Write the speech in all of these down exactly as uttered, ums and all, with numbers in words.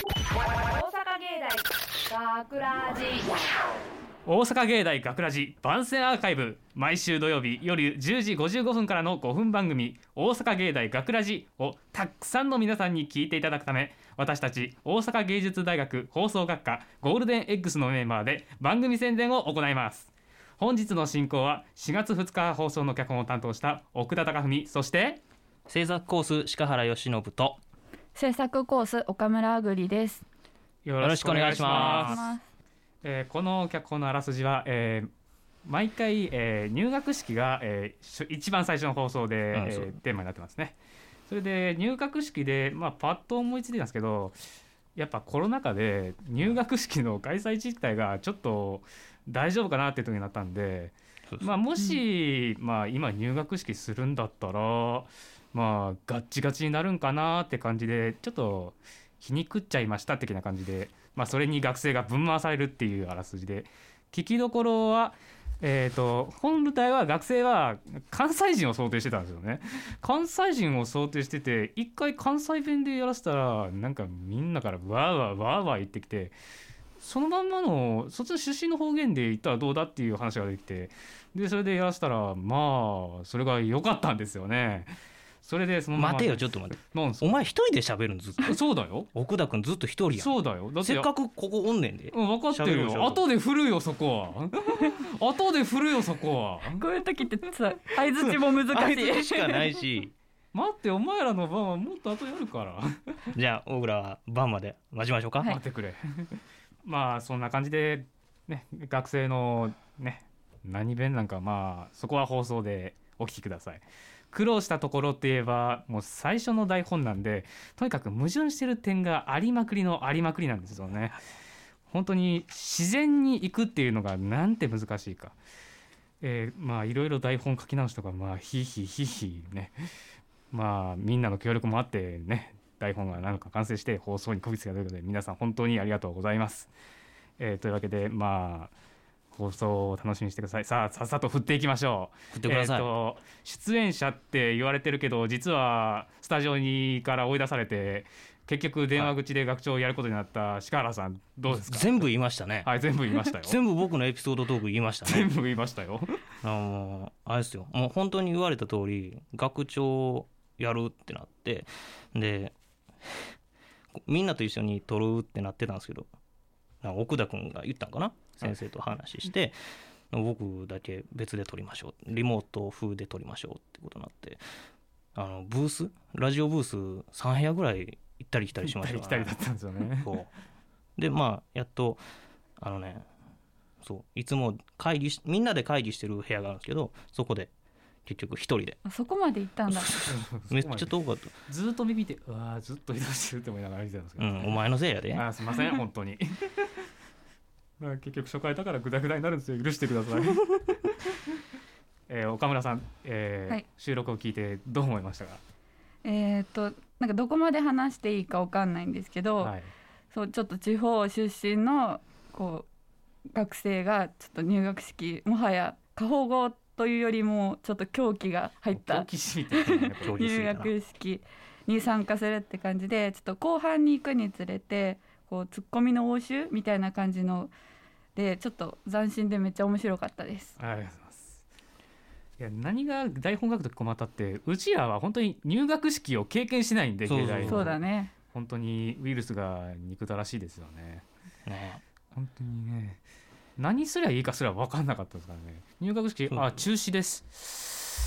大阪芸大学ラジ大阪芸大学ラジ番宣アーカイブ、毎週土曜日夜じゅうじごじゅうごふんからのごふん番組大阪芸大学ラジをたくさんの皆さんに聞いていただくため、私たち大阪芸術大学放送学科ゴールデン X のメンバーで番組宣伝を行います。本日の進行はしがつふつか放送の脚本を担当した奥田貴文、そして制作コース鹿原由伸と制作コース岡村あぐりです。 よろしくお願いします。 ますえーこの脚本のあらすじは、えー毎回、えー入学式が、えーし一番最初の放送で、 うんえーそうテーマになってますね。それで入学式で、まあ、パッと思いついてたんですけど、やっぱコロナ禍で入学式の開催実態がちょっと大丈夫かなっていう時になったんで、 そうそうまあ、もし、まあ、今入学式するんだったら、まあ、ガッチガチになるんかなって感じで、ちょっと皮肉っちゃいました的な感じで、まあ、それに学生がぶん回されるっていうあらすじで、聞きどころは、えー、と本来は学生は関西人を想定してたんですよね。関西人を想定してて、一回関西弁でやらせたら、なんかみんなからわーわーわーわー言ってきて、そのまんまのそっちの出身の方言で言ったらどうだっていう話ができて、でそれでやらせたら、まあそれが良かったんですよね。それでそのまま待てよちょっと待って、 なんですか。 お前一人で喋るのずっとそうだよ奥田君ずっと一人やん。 そうだよ。だってせっかくここおんねんで。 うん、分かってるよ。 喋ろう喋ろう後で振るよそこは後で振るよそこは。 こういう時ってさ相づちも難あいしいつしかないし待って、お前らの番はもっと後やるからじゃあ僕らは晩まで待ちましょうか、 はい待ってくれまあそんな感じで、ね、学生のね何弁なんか、まあそこは放送でお聞きください。苦労したところって言えば、もう最初の台本なんで、とにかく矛盾してる点がありまくりのありまくりなんですよね。本当に自然に行くっていうのがなんて難しいか。えーまあいろいろ台本書き直しとか、まあヒーヒーヒーヒーね、まあみんなの協力もあってね、台本が何か完成して放送にこぎつけたということで、皆さん本当にありがとうございます。えーというわけで、まあ放送を楽しみにしてください。さあさっさと振っていきましょう。 振ってくださいえーと出演者って言われてるけど、実はスタジオにから追い出されて、結局電話口で学長をやることになった鹿原さん、どうですか。 全部言いましたね、 はい、全部言いましたよ全部僕のエピソードトーク言いましたね全部言いましたよあのあれですよ、もう本当に言われた通り学長やるってなって、でみんなと一緒に撮るってなってたんですけど、なんか奥田君が言ったんかな、先生と話して、僕だけ別で撮りましょう、リモート風で撮りましょうってことになって、あのブースラジオブースさん部屋ぐらい行ったり来たりしました行ったり来たりだったんですよね。 そうでまあやっとあのねそういつも会議しみんなで会議してる部屋があるんですけど、そこで結局一人であそこまで行ったんだめっちゃ遠かったずっと耳でうわーずっと移動してるって思いながら見てたんですけど、 うんお前のせいやであーすいません本当にまあ結局初回だからグダグダになるんですよ、許してくださいえー岡村さん、えーはい収録を聞いてどう思いましたか。 えーっとなんかどこまで話していいか分かんないんですけど、 はい、 そうちょっと地方出身のこう学生がちょっと入学式、もはや過保護というよりもちょっと狂気が入った狂気しみてるねこれ入学式に参加するって感じで、ちょっと後半に行くにつれてこうツッコミの応酬みたいな感じので、ちょっと斬新でめっちゃ面白かったです。 ありがとうございます。いや何が台本書くとき困ったって、うちらは本当に入学式を経験しないんで、 そうそう芸大のそうだね。 本当にウイルスが憎たらしいですよね。 ね本当にね、何すりゃいいかすら分かんなかったですからね。入学式、 そうあ中止です。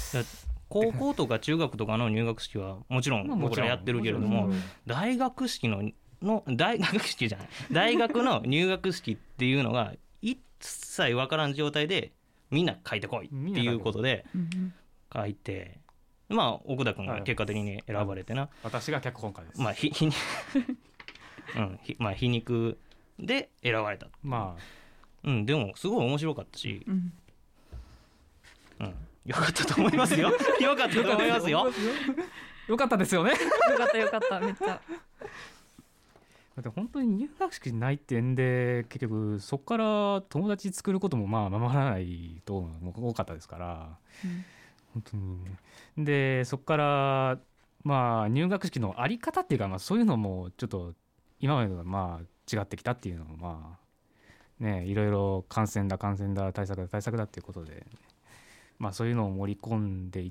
だ高校とか中学とかの入学式はもちろん僕らやってるけれども、 もちろん大学式のの大学式じゃない大学の入学式っていうのが一切分からん状態でみんな書いてこいっていうことでうん書いて、まあ奥田君が結果的に選ばれてな、 私が脚本家です。 まあひひにうんひまあ皮肉で選ばれた。 まあうんでもすごい面白かったし、 うんうんよかったと思いますよよかったと思いますよよかったですよね。 よかったよかっためっちゃ。 だって本当に入学式ないってんで、結局そこから友達作ることもまあままならないとも多かったですから、 うん本当にね。でそこからまあ入学式のあり方っていうか、まあそういうのもちょっと今までとはまあ違ってきたっていうのもまあねいろいろ感染だ感染だ対策だ対策だっていうことで、まあそういうのを盛り込んでいって、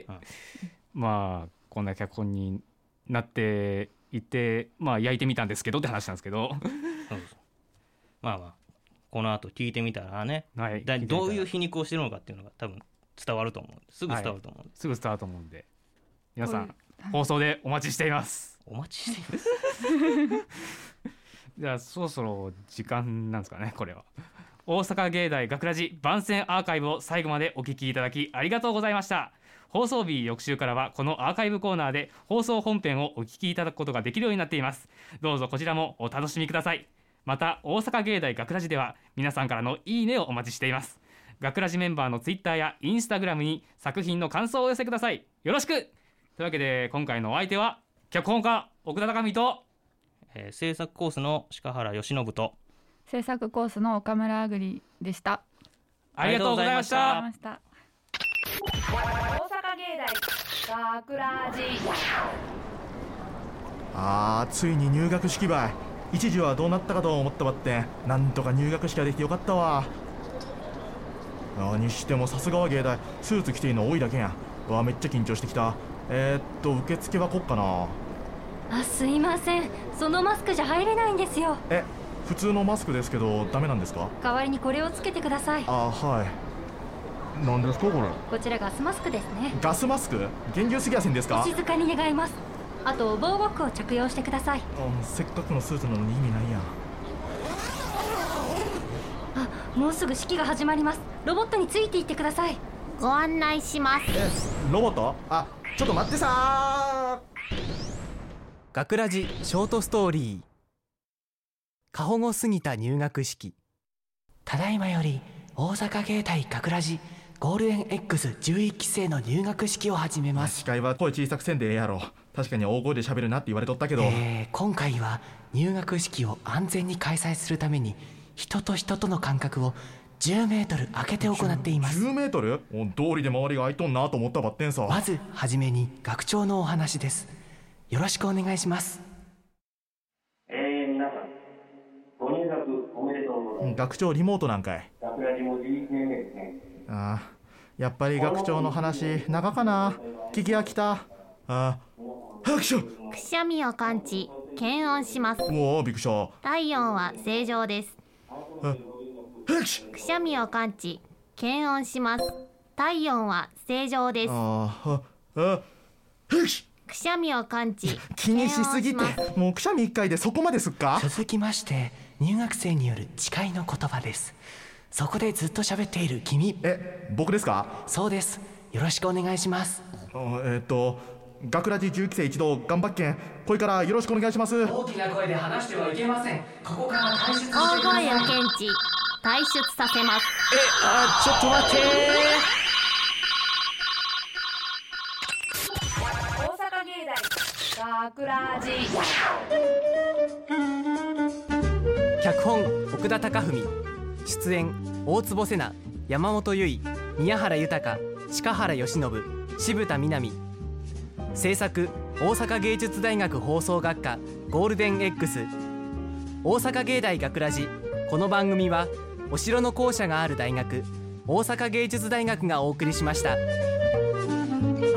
うん、まあこんな脚本になっていてまあ焼いてみたんですけどって話なんですけどそうそうまあまあこの後聞いてみたらね、 はい、 だどういう皮肉をしてるのかっていうのが多分伝わると思うすぐ伝わると思う、はい、 すぐ伝わると思うんで皆さん放送でお待ちしています。 お待ちしていますじゃあそろそろ時間なんですかね。これは大阪芸大学ラジ番宣アーカイブを最後までお聞きいただきありがとうございました。放送日翌週からはこのアーカイブコーナーで放送本編をお聞きいただくことができるようになっています。どうぞこちらもお楽しみください。また大阪芸大学ラジでは皆さんからのいいねをお待ちしています。学ラジメンバーのツイッターやインスタグラムに作品の感想をお寄せください。よろしく。というわけで今回のお相手は脚本家奥田貴美と、 えー、制作コースの鹿原由伸と制作コースの岡村あぐりでした。 ありがとうございました。 大阪芸大学ラジ。 あーついに入学式ばい。一時はどうなったかと思ったばって、なんとか入学式ができてよかったわ。あにしてもさすがは芸大、スーツ着ているの多いだけやん。わめっちゃ緊張してきた。えー、っと受付はこっかな。 あ、すいません、そのマスクじゃ入れないんですよ。 え、普通のマスクですけどダメなんですか？ 代わりにこれをつけてください。 あ、はい。何ですかこれ？ こちらガスマスクですね。 ガスマスク？厳重すぎやせんですか？ お静かに願います。あと防護服を着用してください。 あ、せっかくのスーツなのに意味ないやん。 あ、もうすぐ式が始まります。ロボットについていってください。 ご案内します。 え、ロボット？あ、ちょっと待ってさー。 学ラジショートストーリー、過保護すぎた入学式。ただいまより大阪芸大学ラジゴールデン エックスじゅういち 期生の入学式を始めます。 司会は声小さくせんでええやろ。確かに大声で喋るなって言われとったけど、 えー、今回は入学式を安全に開催するために人と人との間隔をじゅうメートル空けて行っています。 じゅうメートル？道理で周りが空いとんなと思ったばってんさ。 まずはじめに学長のお話です。よろしくお願いします。 えー、皆さんご入学おめでとうございます。 学長リモートなんかい。 学ラジもじゅういちねんめですね。 ああ、やっぱり学長の話長かな。聞き飽きた。ああ、拍手。 くしゃみを感知検温します。 おお、びっくりした。 体温は正常です。くしゃみを感知検温します。体温は正常です。 ああ、あ、拍手。 くしゃみを感知気にしすぎてもうくしゃみいっかいでそこまですっか？ 続きまして入学生による誓いの言葉です。そこでずっと喋っている君。 え、僕ですか？ そうです。よろしくお願いします。 えー、っと学ラジじゅうきせい一同頑張っけん。これからよろしくお願いします。 大きな声で話してはいけません。ここから退出してくだ大さい。 声を検知退出させます。 え、あ、ちょっと待って大阪芸大学ラジ。 脚本奥田貴文、出演大坪瀬奈、山本由依、宮原豊、鹿原由伸、渋田みなみ。制作大阪芸術大学放送学科ゴールデン X、 大阪芸大学ラジ。この番組はお城の校舎がある大学大阪芸術大学がお送りしました。